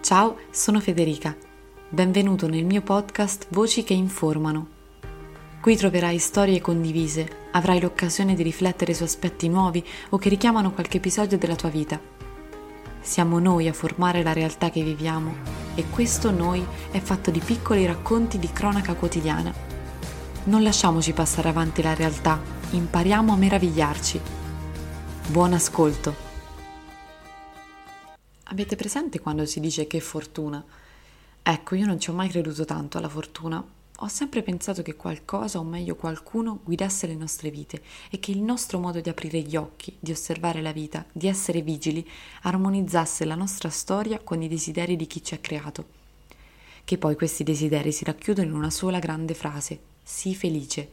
Ciao, sono Federica. Benvenuto nel mio podcast Voci che informano. Qui troverai storie condivise, avrai l'occasione di riflettere su aspetti nuovi o che richiamano qualche episodio della tua vita. Siamo noi a formare la realtà che viviamo e questo noi è fatto di piccoli racconti di cronaca quotidiana. Non lasciamoci passare avanti la realtà, impariamo a meravigliarci. Buon ascolto! Avete presente quando si dice che fortuna? Ecco, io non ci ho mai creduto tanto alla fortuna. Ho sempre pensato che qualcosa, o meglio qualcuno, guidasse le nostre vite e che il nostro modo di aprire gli occhi, di osservare la vita, di essere vigili, armonizzasse la nostra storia con i desideri di chi ci ha creato. Che poi questi desideri si racchiudono in una sola grande frase: sii felice.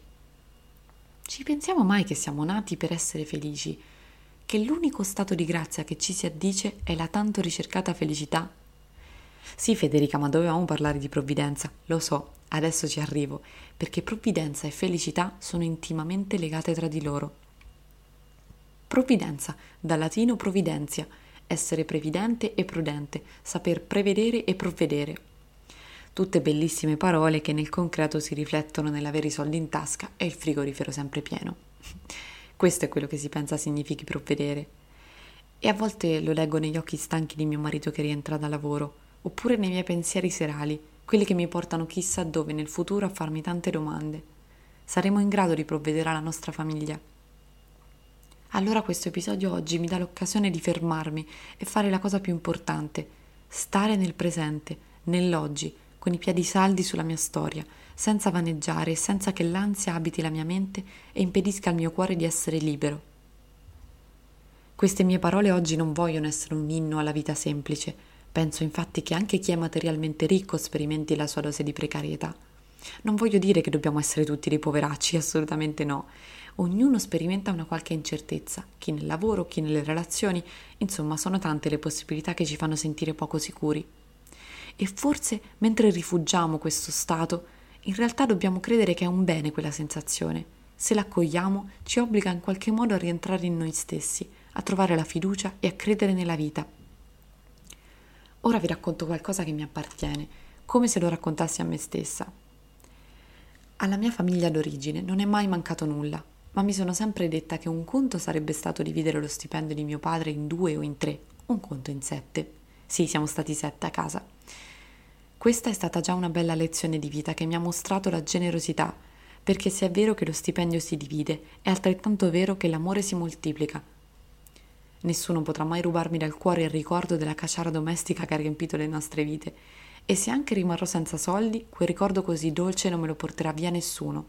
Ci pensiamo mai che siamo nati per essere felici? Che l'unico stato di grazia che ci si addice è la tanto ricercata felicità? Sì, Federica, ma dovevamo parlare di provvidenza. Lo so, adesso ci arrivo, perché provvidenza e felicità sono intimamente legate tra di loro. Provvidenza, dal latino providentia, essere previdente e prudente, saper prevedere e provvedere. Tutte bellissime parole che nel concreto si riflettono nell'avere i soldi in tasca e il frigorifero sempre pieno. Questo è quello che si pensa significhi provvedere. E a volte lo leggo negli occhi stanchi di mio marito che rientra da lavoro, oppure nei miei pensieri serali, quelli che mi portano chissà dove nel futuro a farmi tante domande. Saremo in grado di provvedere alla nostra famiglia? Allora questo episodio oggi mi dà l'occasione di fermarmi e fare la cosa più importante: stare nel presente, nell'oggi, con i piedi saldi sulla mia storia, senza vaneggiare e senza che l'ansia abiti la mia mente e impedisca al mio cuore di essere libero. Queste mie parole oggi non vogliono essere un inno alla vita semplice. Penso infatti che anche chi è materialmente ricco sperimenti la sua dose di precarietà. Non voglio dire che dobbiamo essere tutti dei poveracci, assolutamente no. Ognuno sperimenta una qualche incertezza, chi nel lavoro, chi nelle relazioni, insomma sono tante le possibilità che ci fanno sentire poco sicuri. E forse mentre rifugiamo questo stato, in realtà dobbiamo credere che è un bene quella sensazione. Se l'accogliamo, ci obbliga in qualche modo a rientrare in noi stessi, a trovare la fiducia e a credere nella vita. Ora vi racconto qualcosa che mi appartiene, come se lo raccontassi a me stessa. Alla mia famiglia d'origine non è mai mancato nulla, ma mi sono sempre detta che un conto sarebbe stato dividere lo stipendio di mio padre in 2 o in 3, un conto in 7. Sì, siamo stati 7 a casa. Questa è stata già una bella lezione di vita che mi ha mostrato la generosità, perché se è vero che lo stipendio si divide, è altrettanto vero che l'amore si moltiplica. Nessuno potrà mai rubarmi dal cuore il ricordo della caciara domestica che ha riempito le nostre vite, e se anche rimarrò senza soldi, quel ricordo così dolce non me lo porterà via nessuno.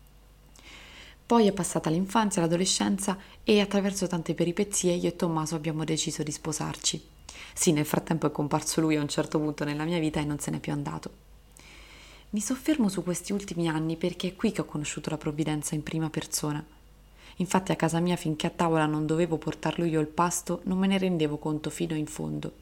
Poi è passata l'infanzia, l'adolescenza e attraverso tante peripezie io e Tommaso abbiamo deciso di sposarci. Sì, nel frattempo è comparso lui a un certo punto nella mia vita e non se n'è più andato. Mi soffermo su questi ultimi anni perché è qui che ho conosciuto la provvidenza in prima persona. Infatti a casa mia, finché a tavola non dovevo portarlo io il pasto, non me ne rendevo conto fino in fondo.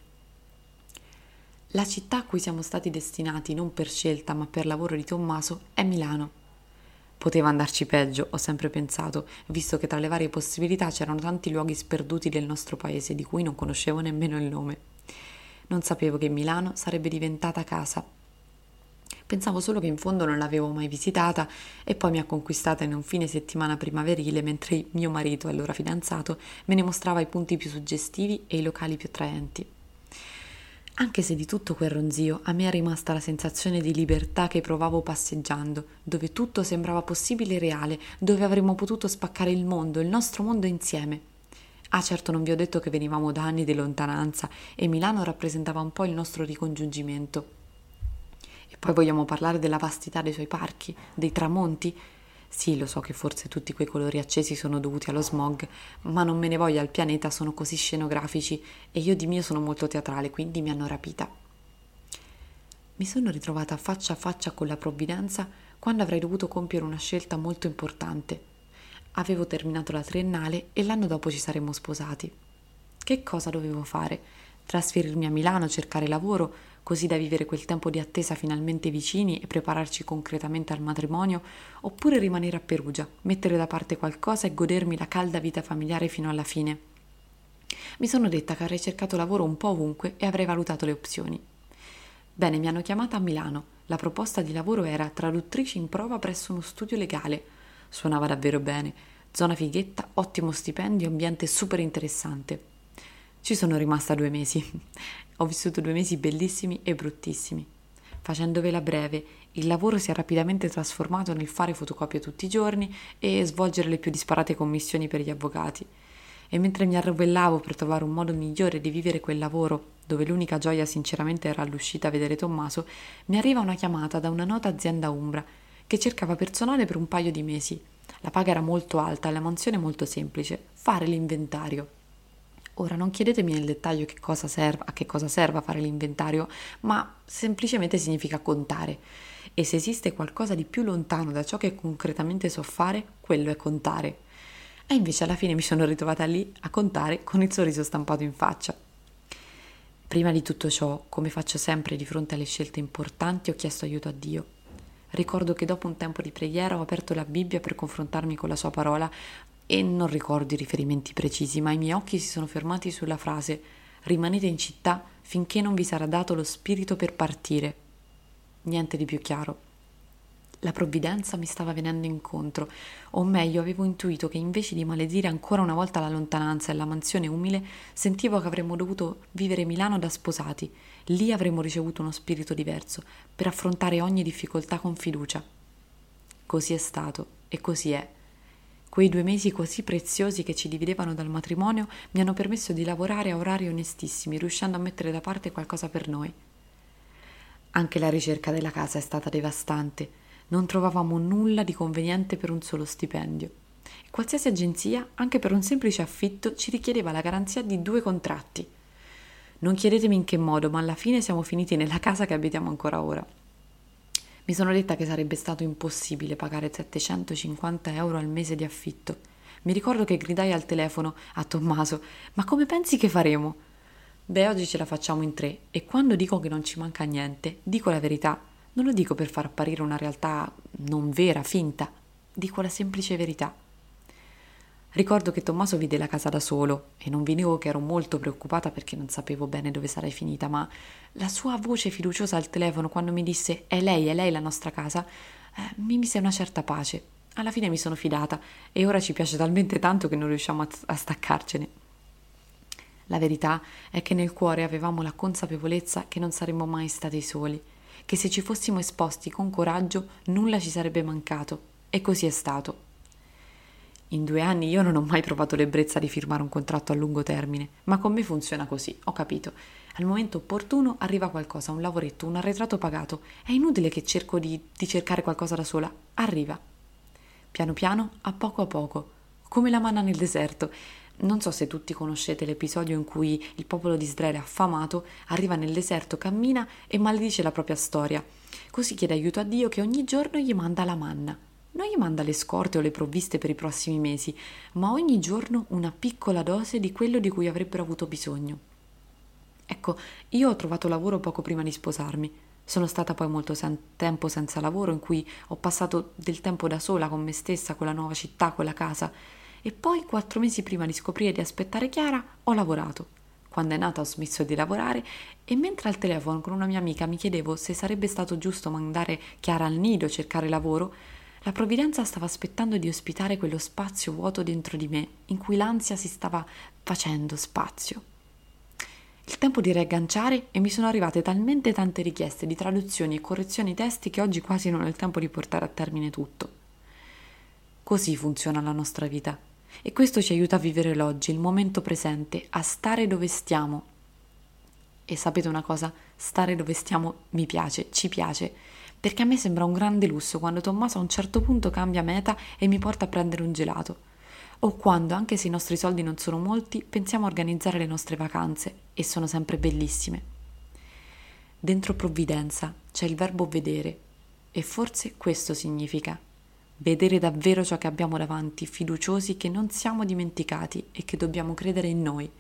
La città a cui siamo stati destinati non per scelta ma per lavoro di Tommaso è Milano. Poteva andarci peggio, ho sempre pensato, visto che tra le varie possibilità c'erano tanti luoghi sperduti del nostro paese di cui non conoscevo nemmeno il nome. Non sapevo che Milano sarebbe diventata casa. Pensavo solo che in fondo non l'avevo mai visitata e poi mi ha conquistata in un fine settimana primaverile mentre mio marito, allora fidanzato, me ne mostrava i punti più suggestivi e i locali più attraenti. Anche se di tutto quel ronzio a me è rimasta la sensazione di libertà che provavo passeggiando, dove tutto sembrava possibile e reale, dove avremmo potuto spaccare il mondo, il nostro mondo insieme. Ah, certo, non vi ho detto che venivamo da anni di lontananza e Milano rappresentava un po' il nostro ricongiungimento. E poi vogliamo parlare della vastità dei suoi parchi, dei tramonti? Sì, lo so che forse tutti quei colori accesi sono dovuti allo smog, ma non me ne voglia al pianeta, sono così scenografici e io di mio sono molto teatrale, quindi mi hanno rapita. Mi sono ritrovata faccia a faccia con la provvidenza quando avrei dovuto compiere una scelta molto importante. Avevo terminato la triennale e l'anno dopo ci saremmo sposati. Che cosa dovevo fare? Trasferirmi a Milano, cercare lavoro, così da vivere quel tempo di attesa finalmente vicini e prepararci concretamente al matrimonio, oppure rimanere a Perugia, mettere da parte qualcosa e godermi la calda vita familiare fino alla fine. Mi sono detta che avrei cercato lavoro un po' ovunque e avrei valutato le opzioni. Bene, mi hanno chiamata a Milano. La proposta di lavoro era traduttrice in prova presso uno studio legale. Suonava davvero bene. Zona fighetta, ottimo stipendio, ambiente super interessante. Ci sono rimasta 2 mesi. Ho vissuto 2 mesi bellissimi e bruttissimi. Facendovela breve, il lavoro si è rapidamente trasformato nel fare fotocopie tutti i giorni e svolgere le più disparate commissioni per gli avvocati. E mentre mi arrovellavo per trovare un modo migliore di vivere quel lavoro, dove l'unica gioia sinceramente era l'uscita a vedere Tommaso, mi arriva una chiamata da una nota azienda umbra che cercava personale per un paio di mesi. La paga era molto alta e la mansione molto semplice: fare l'inventario. Ora non chiedetemi nel dettaglio a che cosa serva fare l'inventario, ma semplicemente significa contare. E se esiste qualcosa di più lontano da ciò che concretamente so fare, quello è contare. E invece alla fine mi sono ritrovata lì a contare con il sorriso stampato in faccia. Prima di tutto ciò, come faccio sempre di fronte alle scelte importanti, ho chiesto aiuto a Dio. Ricordo che dopo un tempo di preghiera ho aperto la Bibbia per confrontarmi con la sua parola e non ricordo i riferimenti precisi, ma i miei occhi si sono fermati sulla frase: rimanete in città finché non vi sarà dato lo spirito per partire. Niente di più chiaro. La provvidenza mi stava venendo incontro, o meglio avevo intuito che invece di maledire ancora una volta la lontananza e la mansione umile, sentivo che avremmo dovuto vivere Milano da sposati. Lì avremmo ricevuto uno spirito diverso, per affrontare ogni difficoltà con fiducia. Così è stato, e così è. Quei 2 mesi così preziosi che ci dividevano dal matrimonio mi hanno permesso di lavorare a orari onestissimi, riuscendo a mettere da parte qualcosa per noi. Anche la ricerca della casa è stata devastante. Non trovavamo nulla di conveniente per un solo stipendio. E qualsiasi agenzia, anche per un semplice affitto, ci richiedeva la garanzia di 2 contratti. Non chiedetemi in che modo, ma alla fine siamo finiti nella casa che abitiamo ancora ora. Mi sono detta che sarebbe stato impossibile pagare 750 euro al mese di affitto. Mi ricordo che gridai al telefono a Tommaso: ma come pensi che faremo? Beh, oggi ce la facciamo in 3 e quando dico che non ci manca niente, dico la verità. Non lo dico per far apparire una realtà non vera, finta. Dico la semplice verità. Ricordo che Tommaso vide la casa da solo e non vi nego che ero molto preoccupata perché non sapevo bene dove sarei finita, ma la sua voce fiduciosa al telefono quando mi disse è lei la nostra casa, mi mise una certa pace. Alla fine mi sono fidata e ora ci piace talmente tanto che non riusciamo a staccarcene. La verità è che nel cuore avevamo la consapevolezza che non saremmo mai stati soli, che se ci fossimo esposti con coraggio nulla ci sarebbe mancato, e così è stato. In 2 anni io non ho mai provato l'ebbrezza di firmare un contratto a lungo termine, ma con me funziona così, ho capito. Al momento opportuno arriva qualcosa, un lavoretto, un arretrato pagato. È inutile che cerco di cercare qualcosa da sola. Arriva. Piano piano, a poco, come la manna nel deserto. Non so se tutti conoscete l'episodio in cui il popolo di Israele affamato arriva nel deserto, cammina e maledice la propria storia. Così chiede aiuto a Dio che ogni giorno gli manda la manna. Non gli manda le scorte o le provviste per i prossimi mesi, ma ogni giorno una piccola dose di quello di cui avrebbero avuto bisogno. Ecco, io ho trovato lavoro poco prima di sposarmi. Sono stata poi molto tempo senza lavoro, in cui ho passato del tempo da sola con me stessa, con la nuova città, con la casa. E poi 4 mesi prima di scoprire di aspettare Chiara ho lavorato. Quando è nata ho smesso di lavorare e mentre al telefono con una mia amica mi chiedevo se sarebbe stato giusto mandare Chiara al nido a cercare lavoro, la provvidenza stava aspettando di ospitare quello spazio vuoto dentro di me, in cui l'ansia si stava facendo spazio. Il tempo di riagganciare e mi sono arrivate talmente tante richieste di traduzioni e correzioni testi che oggi quasi non ho il tempo di portare a termine tutto. Così funziona la nostra vita. E questo ci aiuta a vivere l'oggi, il momento presente, a stare dove stiamo. E sapete una cosa? Stare dove stiamo mi piace, ci piace, perché a me sembra un grande lusso quando Tommaso a un certo punto cambia meta e mi porta a prendere un gelato. O quando, anche se i nostri soldi non sono molti, pensiamo a organizzare le nostre vacanze e sono sempre bellissime. Dentro provvidenza c'è il verbo vedere e forse questo significa vedere davvero ciò che abbiamo davanti, fiduciosi che non siamo dimenticati e che dobbiamo credere in noi.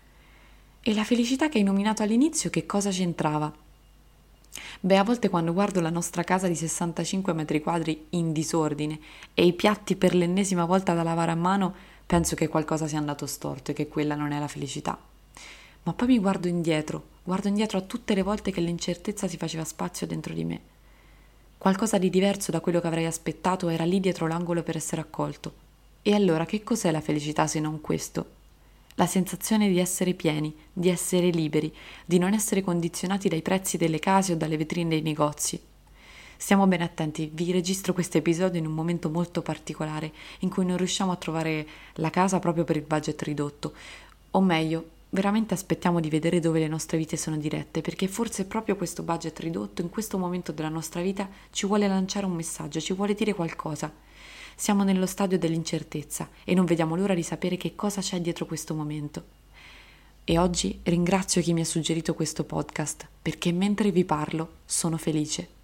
E la felicità che hai nominato all'inizio, che cosa c'entrava? Beh, a volte quando guardo la nostra casa di 65 metri quadri in disordine e i piatti per l'ennesima volta da lavare a mano, penso che qualcosa sia andato storto e che quella non è la felicità. ma poi mi guardo indietro a tutte le volte che l'incertezza si faceva spazio dentro di me. Qualcosa di diverso da quello che avrei aspettato era lì dietro l'angolo per essere accolto. E allora che cos'è la felicità se non questo? La sensazione di essere pieni, di essere liberi, di non essere condizionati dai prezzi delle case o dalle vetrine dei negozi. Stiamo bene attenti, vi registro questo episodio in un momento molto particolare, in cui non riusciamo a trovare la casa proprio per il budget ridotto. O meglio, veramente aspettiamo di vedere dove le nostre vite sono dirette, perché forse proprio questo budget ridotto, in questo momento della nostra vita, ci vuole lanciare un messaggio, ci vuole dire qualcosa. Siamo nello stadio dell'incertezza e non vediamo l'ora di sapere che cosa c'è dietro questo momento. E oggi ringrazio chi mi ha suggerito questo podcast, perché mentre vi parlo sono felice.